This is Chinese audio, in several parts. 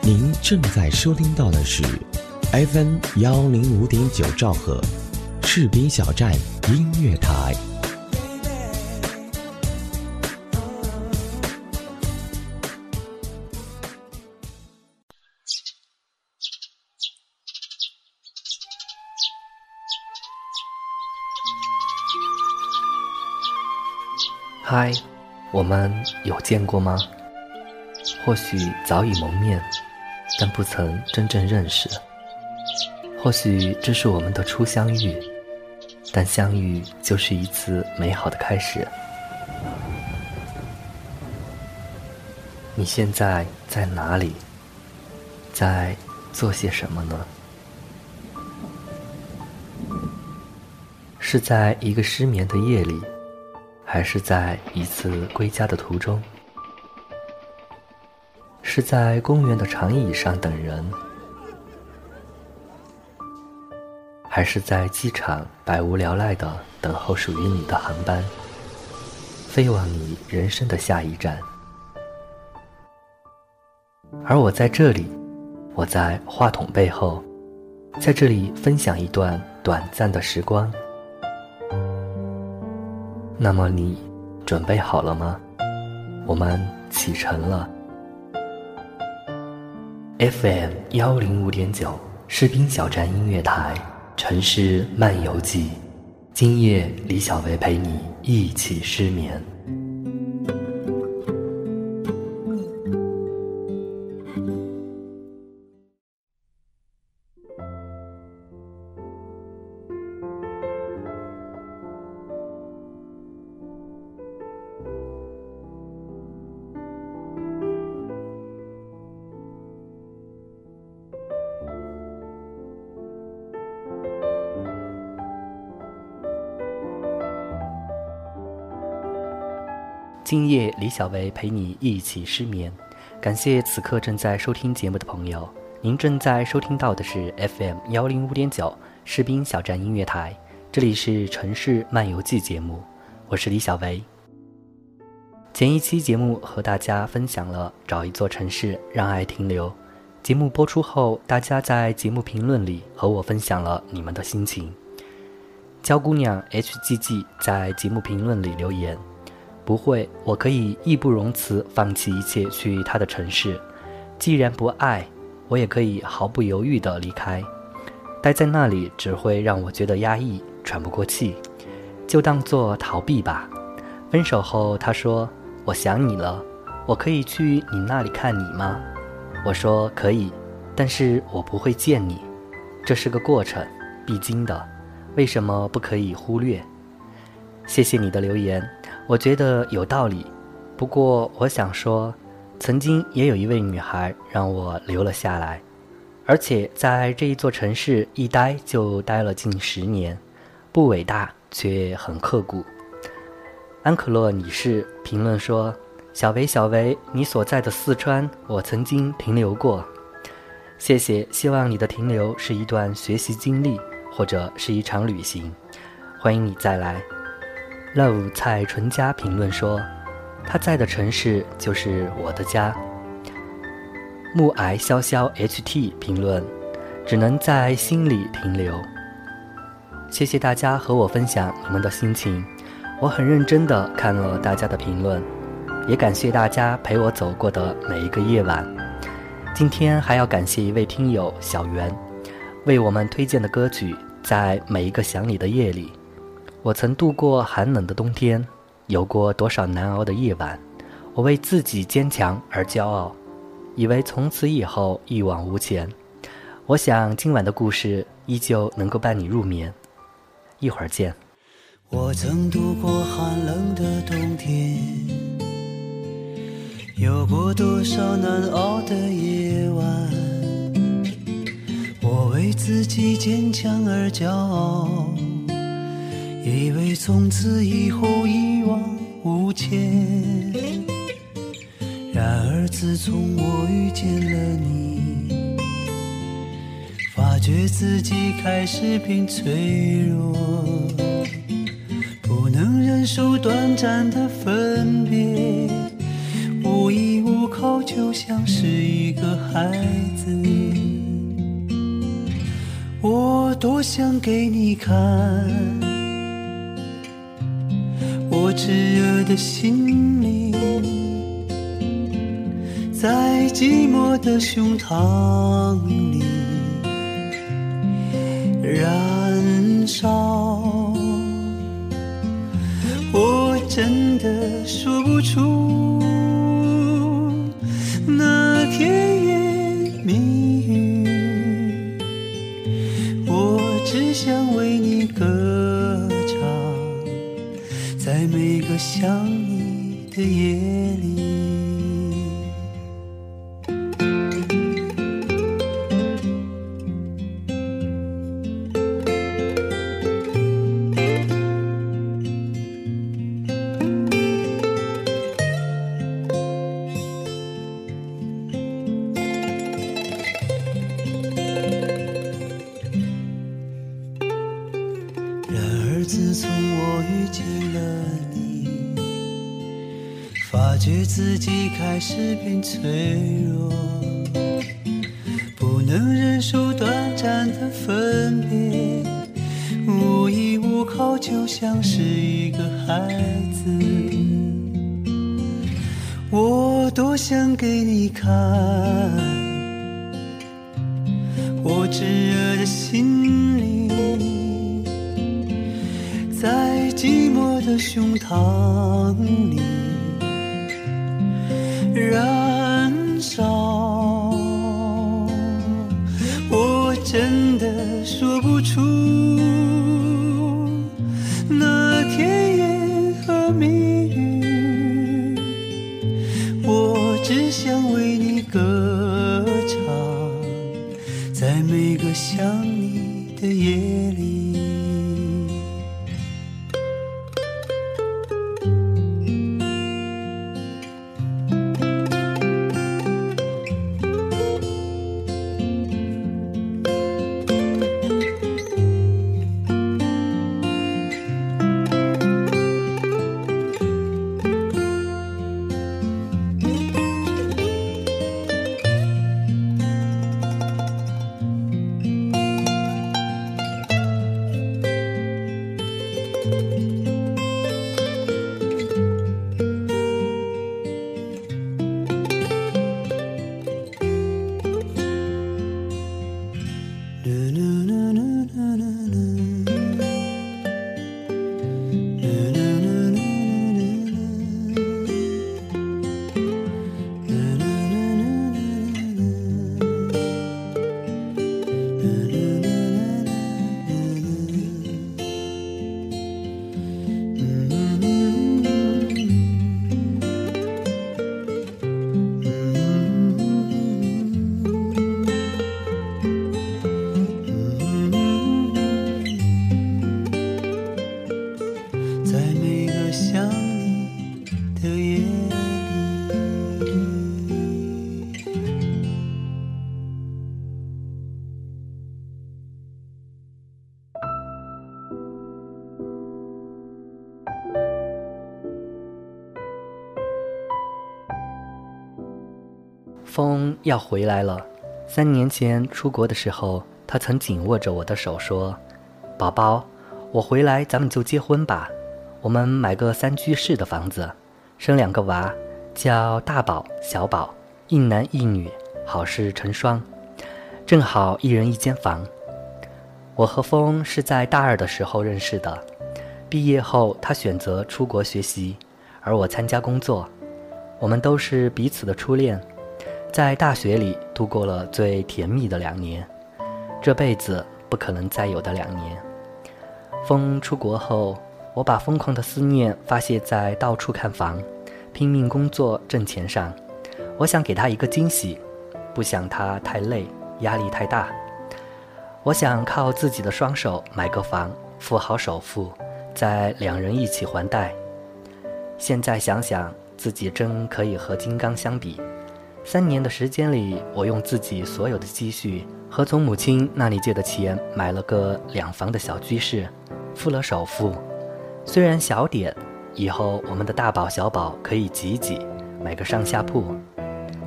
您正在收听到的是 FM 105.9兆赫士兵小站音乐台。 嗨，我们有见过吗？或许早已蒙面，但不曾真正认识。或许这是我们的初相遇，但相遇就是一次美好的开始。你现在在哪里？在做些什么呢？是在一个失眠的夜里，还是在一次归家的途中？是在公园的长椅上等人，还是在机场百无聊赖地等候属于你的航班，飞往你人生的下一站？而我在这里，我在话筒背后，在这里分享一段短暂的时光。那么你准备好了吗？我们启程了。FM 105.9士兵小站音乐台城市漫游记，今夜李小维陪你一起失眠。今夜李小维陪你一起失眠，感谢此刻正在收听节目的朋友。您正在收听到的是 FM 105.9士兵小站音乐台，这里是城市漫游记节目，我是李小维。前一期节目和大家分享了找一座城市让爱停留，节目播出后，大家在节目评论里和我分享了你们的心情。娇姑娘 HGG 在节目评论里留言，不会，我可以义不容辞放弃一切去他的城市，既然不爱，我也可以毫不犹豫地离开，待在那里只会让我觉得压抑，喘不过气，就当作逃避吧。分手后他说，我想你了，我可以去你那里看你吗？我说可以，但是我不会见你，这是个过程，必经的，为什么不可以忽略？谢谢你的留言，我觉得有道理。不过我想说，曾经也有一位女孩让我留了下来，而且在这一座城市一待就待了近10年，不伟大却很刻骨。安可洛女士评论说，小维，你所在的四川我曾经停留过。谢谢，希望你的停留是一段学习经历，或者是一场旅行，欢迎你再来。Love 蔡纯佳评论说，他在的城市就是我的家。暮霭潇潇 HT 评论，只能在心里停留。谢谢大家和我分享你们的心情，我很认真地看了大家的评论，也感谢大家陪我走过的每一个夜晚。今天还要感谢一位听友小袁，为我们推荐的歌曲在每一个想你的夜里。我曾度过寒冷的冬天，有过多少难熬的夜晚，我为自己坚强而骄傲，以为从此以后一往无前。我想今晚的故事依旧能够伴你入眠，一会儿见。 我曾度过寒冷的冬天，有过多少难熬的夜晚，我为自己坚强而骄傲，以为从此以后一往无前。然而自从我遇见了你，发觉自己开始变脆弱，不能忍受短暂的分别，无依无靠考就像是一个孩子，我多想给你看我炙热的心灵，在寂寞的胸膛里燃烧。我真的说不出那甜言蜜语，我只想为你歌唱，在每个想你的夜里。自从我遇见了你，发觉自己开始变脆弱，不能忍受短暂的分别，无依无靠就像是一个孩子。我多想给你看我炙热的心灵，在寂寞的胸膛里燃烧。我真的说不出那甜言和蜜语，我只想为你歌唱，在每个想你的夜里。 风要回来了。3年前出国的时候，他曾紧握着我的手说，宝宝，我回来咱们就结婚吧，我们买个3居室的房子，生2个娃，叫大宝小宝，1男1女，好事成双，正好1人1间房。我和风是在大2的时候认识的，毕业后他选择出国学习，而我参加工作，我们都是彼此的初恋，在大学里度过了最甜蜜的2年，这辈子不可能再有的2年。风出国后，我把疯狂的思念发泄在到处看房、拼命工作挣钱上。我想给他一个惊喜，不想他太累，压力太大。我想靠自己的双手买个房，付好首付，再2人一起还贷。现在想想，自己真可以和金刚相比。3年的时间里，我用自己所有的积蓄和从母亲那里借的钱买了个2房的小居室，付了首付。虽然小点，以后我们的大宝小宝可以挤挤，买个上下铺。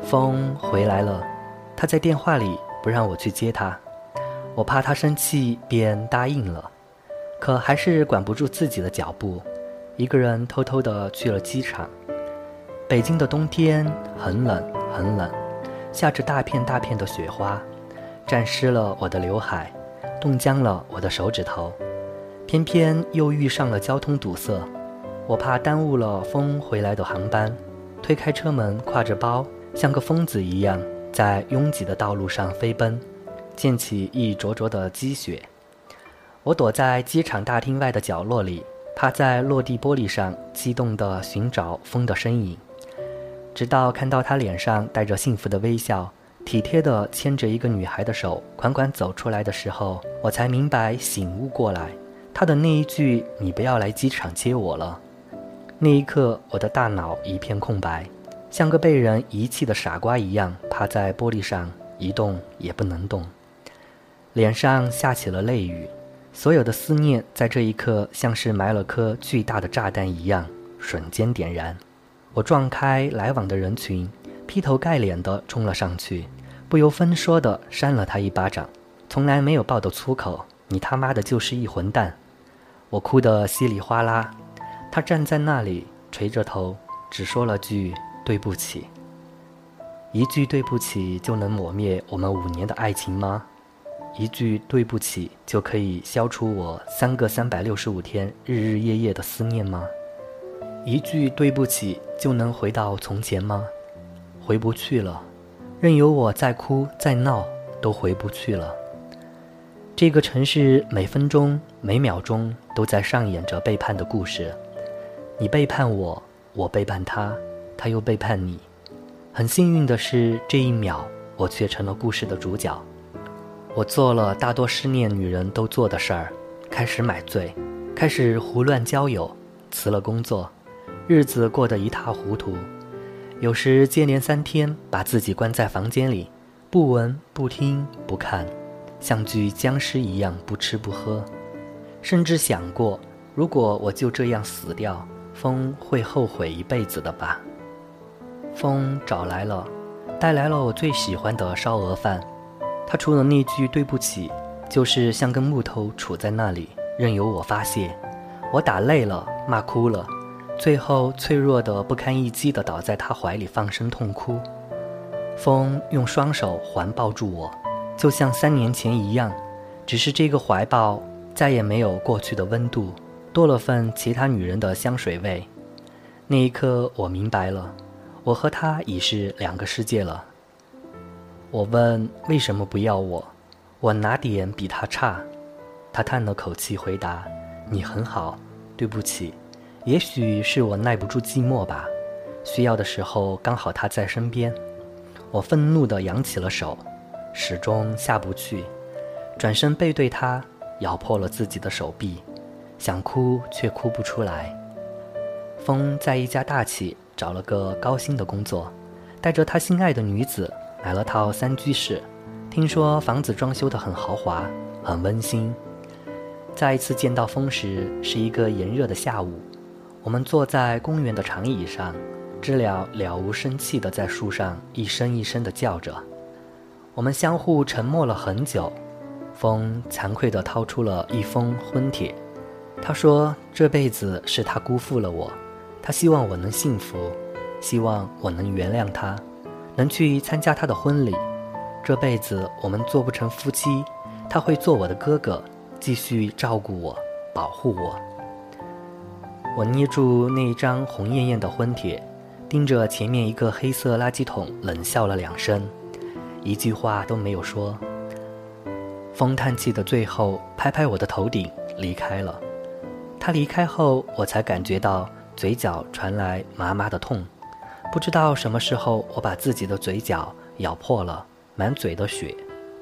风回来了，他在电话里不让我去接他，我怕他生气，便答应了。可还是管不住自己的脚步，一个人偷偷地去了机场。北京的冬天很冷很冷，下着大片大片的雪花，沾湿了我的刘海，冻僵了我的手指头。偏偏又遇上了交通堵塞，我怕耽误了风回来的航班，推开车门，挎着包，像个疯子一样在拥挤的道路上飞奔，溅起一灼灼的积雪。我躲在机场大厅外的角落里，趴在落地玻璃上，激动地寻找风的身影，直到看到他脸上带着幸福的微笑，体贴地牵着一个女孩的手缓缓走出来的时候，我才明白醒悟过来，他的那一句“你不要来机场接我了”，那一刻我的大脑一片空白，像个被人遗弃的傻瓜一样趴在玻璃上，一动也不能动。脸上下起了泪雨，所有的思念在这一刻像是埋了颗巨大的炸弹一样瞬间点燃。我撞开来往的人群，劈头盖脸地冲了上去，不由分说地扇了他一巴掌，从来没有爆的粗口，你他妈的就是一混蛋。我哭得稀里哗啦，他站在那里垂着头，只说了句对不起。一句对不起就能抹灭我们5年的爱情吗？一句对不起就可以消除我3个365天日日夜夜的思念吗？一句对不起就能回到从前吗？回不去了，任由我再哭再闹都回不去了。这个城市每分钟每秒钟都在上演着背叛的故事，你背叛我，我背叛他，他又背叛你。很幸运的是，这一秒我却成了故事的主角。我做了大多失恋女人都做的事儿，开始买醉，开始胡乱交友，辞了工作，日子过得一塌糊涂。有时接连3天把自己关在房间里，不闻不听不看，像具僵尸一样不吃不喝。甚至想过，如果我就这样死掉，风会后悔一辈子的吧。风找来了，带来了我最喜欢的烧鹅饭。他除了那句对不起，就是像根木头杵在那里，任由我发泄。我打累了，骂哭了，最后脆弱的不堪一击地倒在他怀里放声痛哭。风用双手环抱住我，就像3年前一样，只是这个怀抱再也没有过去的温度，多了份其他女人的香水味。那一刻我明白了，我和他已是2个世界了。我问为什么不要我，我哪点比他差？他叹了口气回答，你很好，对不起，也许是我耐不住寂寞吧，需要的时候刚好他在身边。我愤怒地扬起了手，始终下不去，转身背对他，咬破了自己的手臂，想哭却哭不出来。风在一家大企找了个高薪的工作，带着他心爱的女子买了套3居室，听说房子装修得很豪华，很温馨。再一次见到风时，是一个炎热的下午，我们坐在公园的长椅上，知了了无生气地在树上一声一声地叫着。我们相互沉默了很久，风惭愧地掏出了一封婚帖，他说这辈子是他辜负了我，他希望我能幸福，希望我能原谅他，能去参加他的婚礼。这辈子我们做不成夫妻，他会做我的哥哥，继续照顾我，保护我。我捏住那一张红艳艳的婚帖，盯着前面一个黑色垃圾桶冷笑了2声，一句话都没有说。风叹气的最后拍拍我的头顶离开了。他离开后，我才感觉到嘴角传来麻麻的痛，不知道什么时候我把自己的嘴角咬破了，满嘴的血。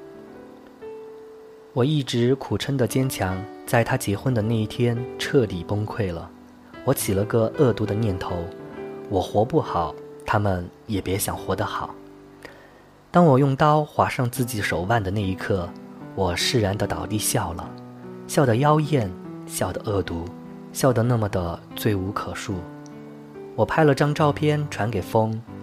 我一直苦撑的坚强，在他结婚的那一天彻底崩溃了。我起了个恶毒的念头，我活不好，他们也别想活得好。当我用刀划上自己手腕的那一刻，我释然地倒地笑了，笑得妖艳，笑得恶毒，笑得那么的罪无可恕。我拍了张照片传给风，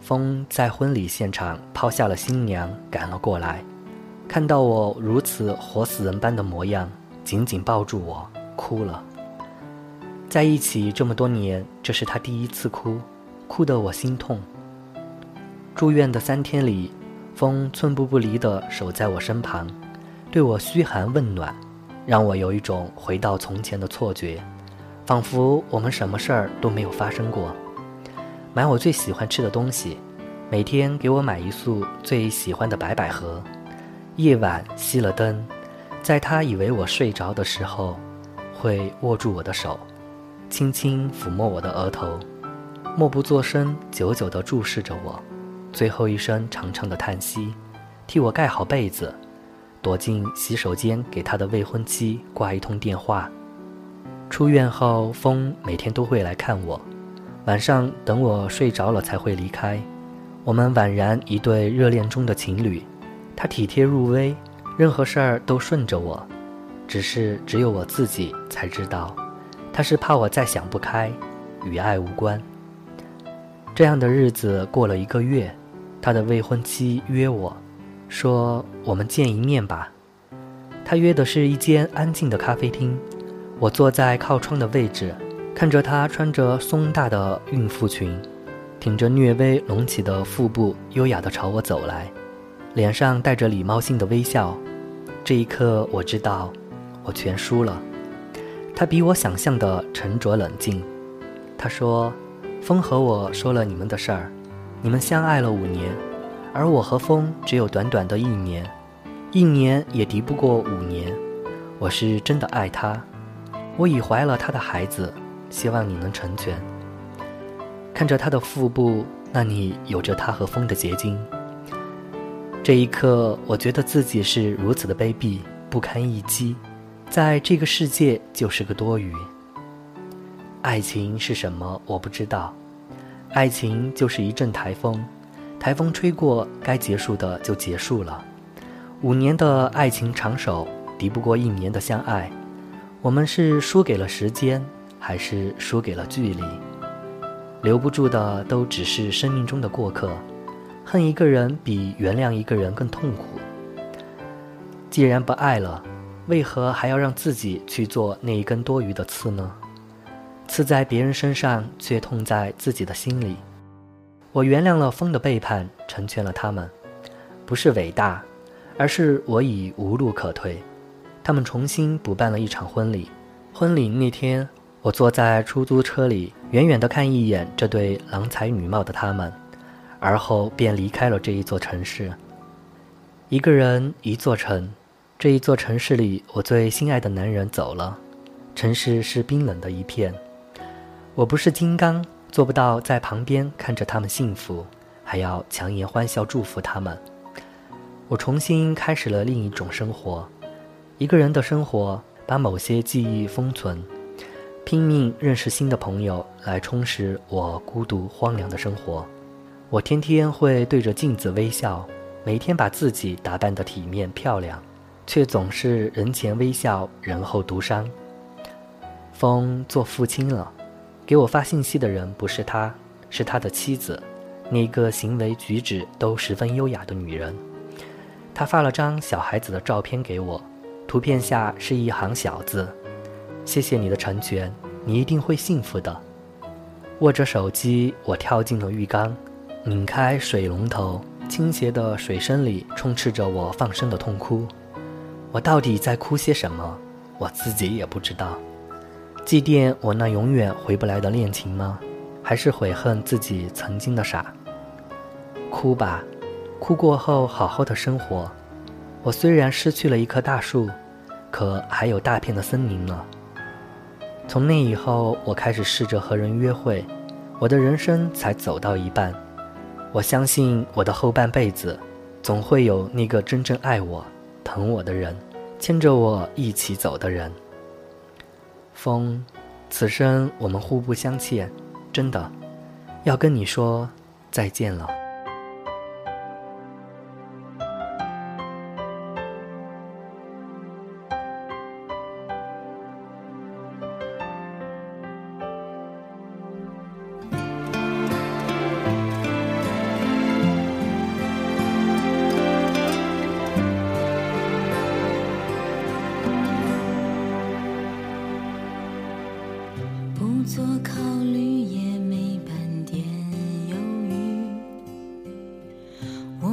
风在婚礼现场抛下了新娘，赶了过来，看到我如此活死人般的模样，紧紧抱住我，哭了。在一起这么多年，这是他第一次哭，哭得我心痛。住院的3天里，风寸步不离地守在我身旁，对我嘘寒问暖，让我有一种回到从前的错觉，仿佛我们什么事儿都没有发生过。买我最喜欢吃的东西，每天给我买一束最喜欢的白百合。夜晚熄了灯，在他以为我睡着的时候，会握住我的手，轻轻抚摸我的额头，默不作声，久久地注视着我，最后一声长长的叹息，替我盖好被子，躲进洗手间给他的未婚妻挂一通电话。出院后，风每天都会来看我，晚上等我睡着了才会离开。我们宛然一对热恋中的情侣，他体贴入微，任何事儿都顺着我，只有我自己才知道，他是怕我再想不开，与爱无关。这样的日子过了1个月，他的未婚妻约我，说我们见一面吧。他约的是一间安静的咖啡厅，我坐在靠窗的位置，看着她穿着松大的孕妇裙，挺着略微隆起的腹部，优雅地朝我走来，脸上带着礼貌性的微笑。这一刻我知道我全输了。她比我想象的沉着冷静。她说，风和我说了你们的事儿，你们相爱了5年，而我和风只有短短的1年，1年也敌不过5年。我是真的爱他，我已怀了他的孩子，希望你能成全。看着他的腹部，那里有着他和风的结晶。这一刻，我觉得自己是如此的卑鄙，不堪一击，在这个世界就是个多余。爱情是什么？我不知道。爱情就是一阵台风，台风吹过，该结束的就结束了。5年的爱情长手，敌不过1年的相爱。我们是输给了时间，还是输给了距离？留不住的都只是生命中的过客，恨一个人比原谅一个人更痛苦。既然不爱了，为何还要让自己去做那一根多余的刺呢？刺在别人身上，却痛在自己的心里。我原谅了风的背叛，成全了他们，不是伟大，而是我已无路可退。他们重新补办了一场婚礼。婚礼那天，我坐在出租车里，远远地看一眼这对郎才女貌的他们，而后便离开了这一座城市。一个人，一座城。这一座城市里，我最心爱的男人走了，城市是冰冷的一片。我不是金刚，做不到在旁边看着他们幸福，还要强颜欢笑祝福他们。我重新开始了另一种生活，一个人的生活，把某些记忆封存，拼命认识新的朋友来充实我孤独荒凉的生活。我天天会对着镜子微笑，每天把自己打扮得体面漂亮，却总是人前微笑，人后独伤。风做父亲了，给我发信息的人不是他，是他的妻子，那个行为举止都十分优雅的女人。他发了张小孩子的照片给我，图片下是一行小字：谢谢你的成全，你一定会幸福的。握着手机，我跳进了浴缸，拧开水龙头，倾斜的水声里充斥着我放声的痛哭。我到底在哭些什么？我自己也不知道。祭奠我那永远回不来的恋情吗？还是悔恨自己曾经的傻？哭吧，哭过后好好的生活。我虽然失去了一棵大树，可还有大片的森林呢。从那以后，我开始试着和人约会，我的人生才走到一半。我相信我的后半辈子，总会有那个真正爱我、疼我的人，牵着我一起走的人。风，此生我们互不相欠，真的，要跟你说再见了。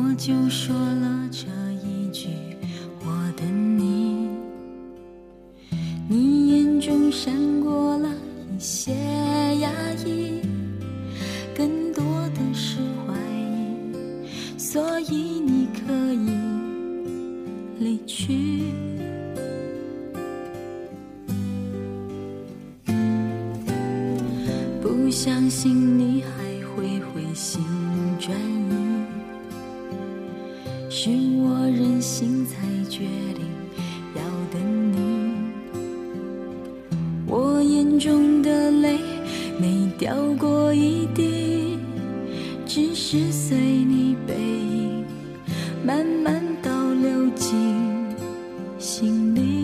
我就说了这一句我的你，你眼中闪过了一些压抑，更多的是怀疑，所以你可以离去。不相信你还会回心转意，是我任性才决定要等你。我眼中的泪没掉过一滴，只是随你背影慢慢倒流进心里。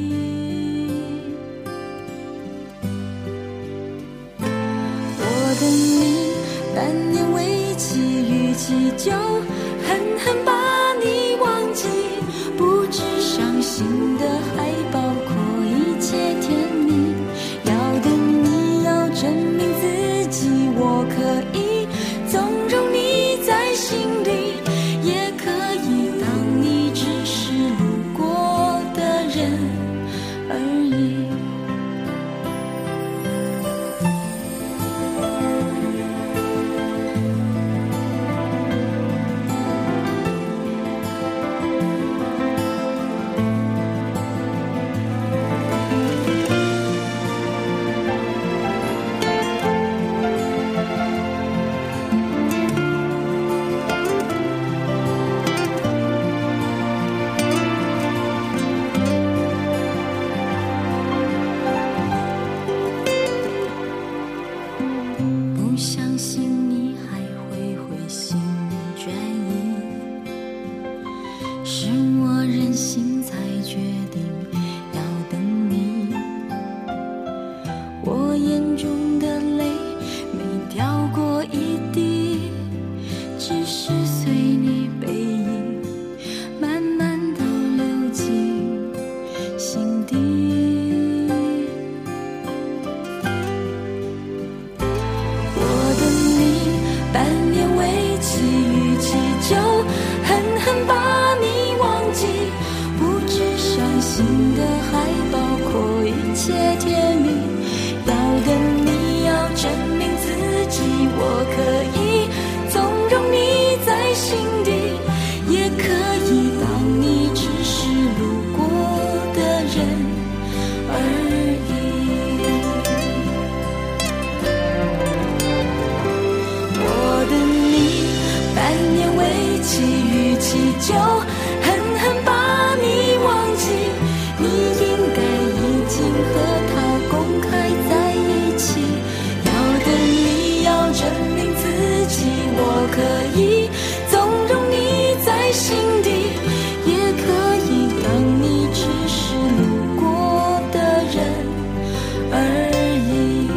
我等你半年为期，逾期就狠狠把你忘记，不止伤心的还包括一切甜蜜。要等你要证明自己，我可以纵容你在心里，也可以当你只是路过的人而已。不相信你还会回心转意，是我任性才决定要等你。我眼中的泪没掉过一滴，只是随你背影慢慢地流进心底。半年为期，逾期就狠狠把你忘记，不止伤心的还包括一切甜蜜。要等你要证明自己，我可以纵容你在心底，也可以当你只是路过的人而已。半年为期，逾期就狠狠把你忘记，你应该已经和他公开在一起。要等你要证明自己，我可以纵容你在心底，也可以当你只是路过的人而已。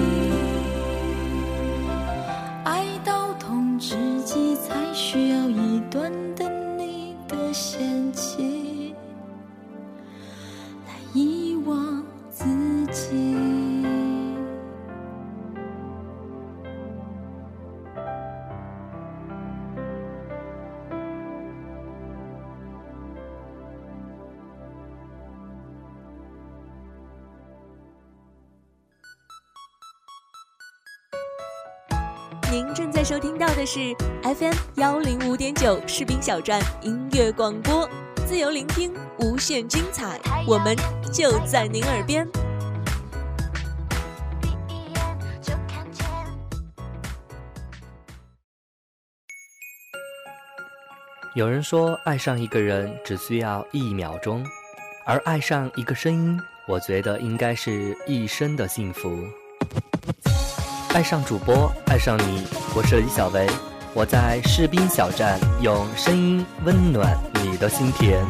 爱到痛之际才需要一段等你的嫌弃，来遗忘自己。 您正在收听到的是 FM105.9 士兵小站音乐广播，自由聆听，无限精彩，我们就在您耳边。 有人说，爱上一个人只需要1秒钟，而爱上一个声音，我觉得应该是一生的幸福。爱上主播，爱上你，我是李小维，我在士兵小站用声音温暖你的心田。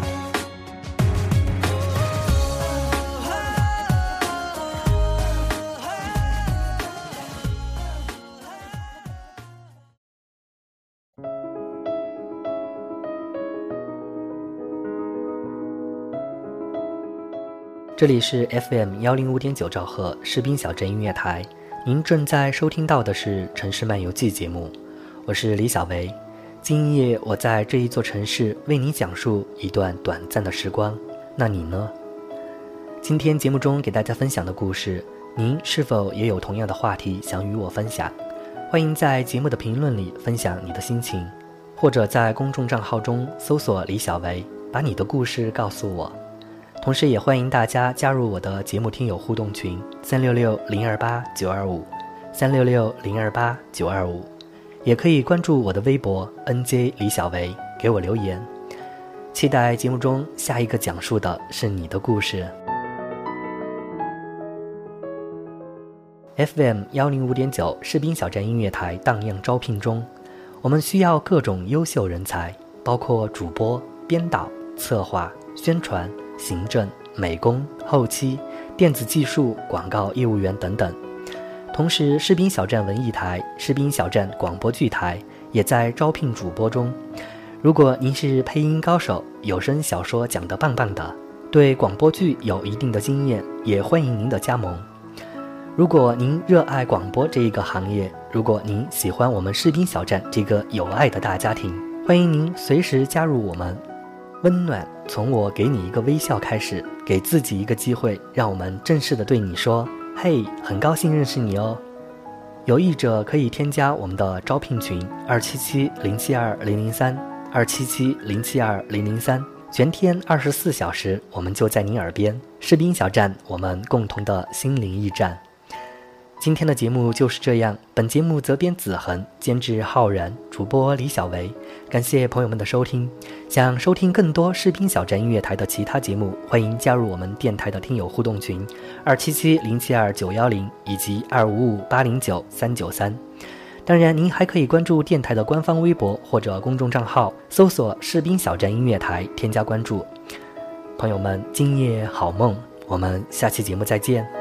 这里是 FM105.9兆赫士兵小镇音乐台，您正在收听到的是城市漫游记节目，我是李小维。 今夜我在这一座城市为你讲述一段短暂的时光，那你呢？今天节目中给大家分享的故事，您是否也有同样的话题想与我分享？欢迎在节目的评论里分享你的心情，或者在公众账号中搜索李小维，把你的故事告诉我。同时也欢迎大家加入我的节目听友互动群366-028-925，366-028-925，也可以关注我的微博 NJ 李小维，给我留言。期待节目中下一个讲述的是你的故事。FM 105.9士兵小站音乐台荡漾招聘中，我们需要各种优秀人才，包括主播、编导、策划、宣传、行政、美工、后期、电子技术、广告业务员等等。同时，士兵小站文艺台、士兵小站广播剧台也在招聘主播中。如果您是配音高手，有声小说讲得棒棒的，对广播剧有一定的经验，也欢迎您的加盟。如果您热爱广播这一个行业，如果您喜欢我们士兵小站这个有爱的大家庭，欢迎您随时加入我们。温暖从我给你一个微笑开始，给自己一个机会，让我们正式的对你说，嘿，很高兴认识你哦。有意者可以添加我们的招聘群277-072-003，277-072-003，全天24小时，我们就在您耳边。士兵小站，我们共同的心灵驿站。今天的节目就是这样，本节目责编子恒，监制浩然，主播李小维。感谢朋友们的收听。想收听更多士兵小站音乐台的其他节目，欢迎加入我们电台的听友互动群277-072-910以及255-809-393。当然，您还可以关注电台的官方微博或者公众账号，搜索士兵小站音乐台，添加关注。朋友们，今夜好梦，我们下期节目再见。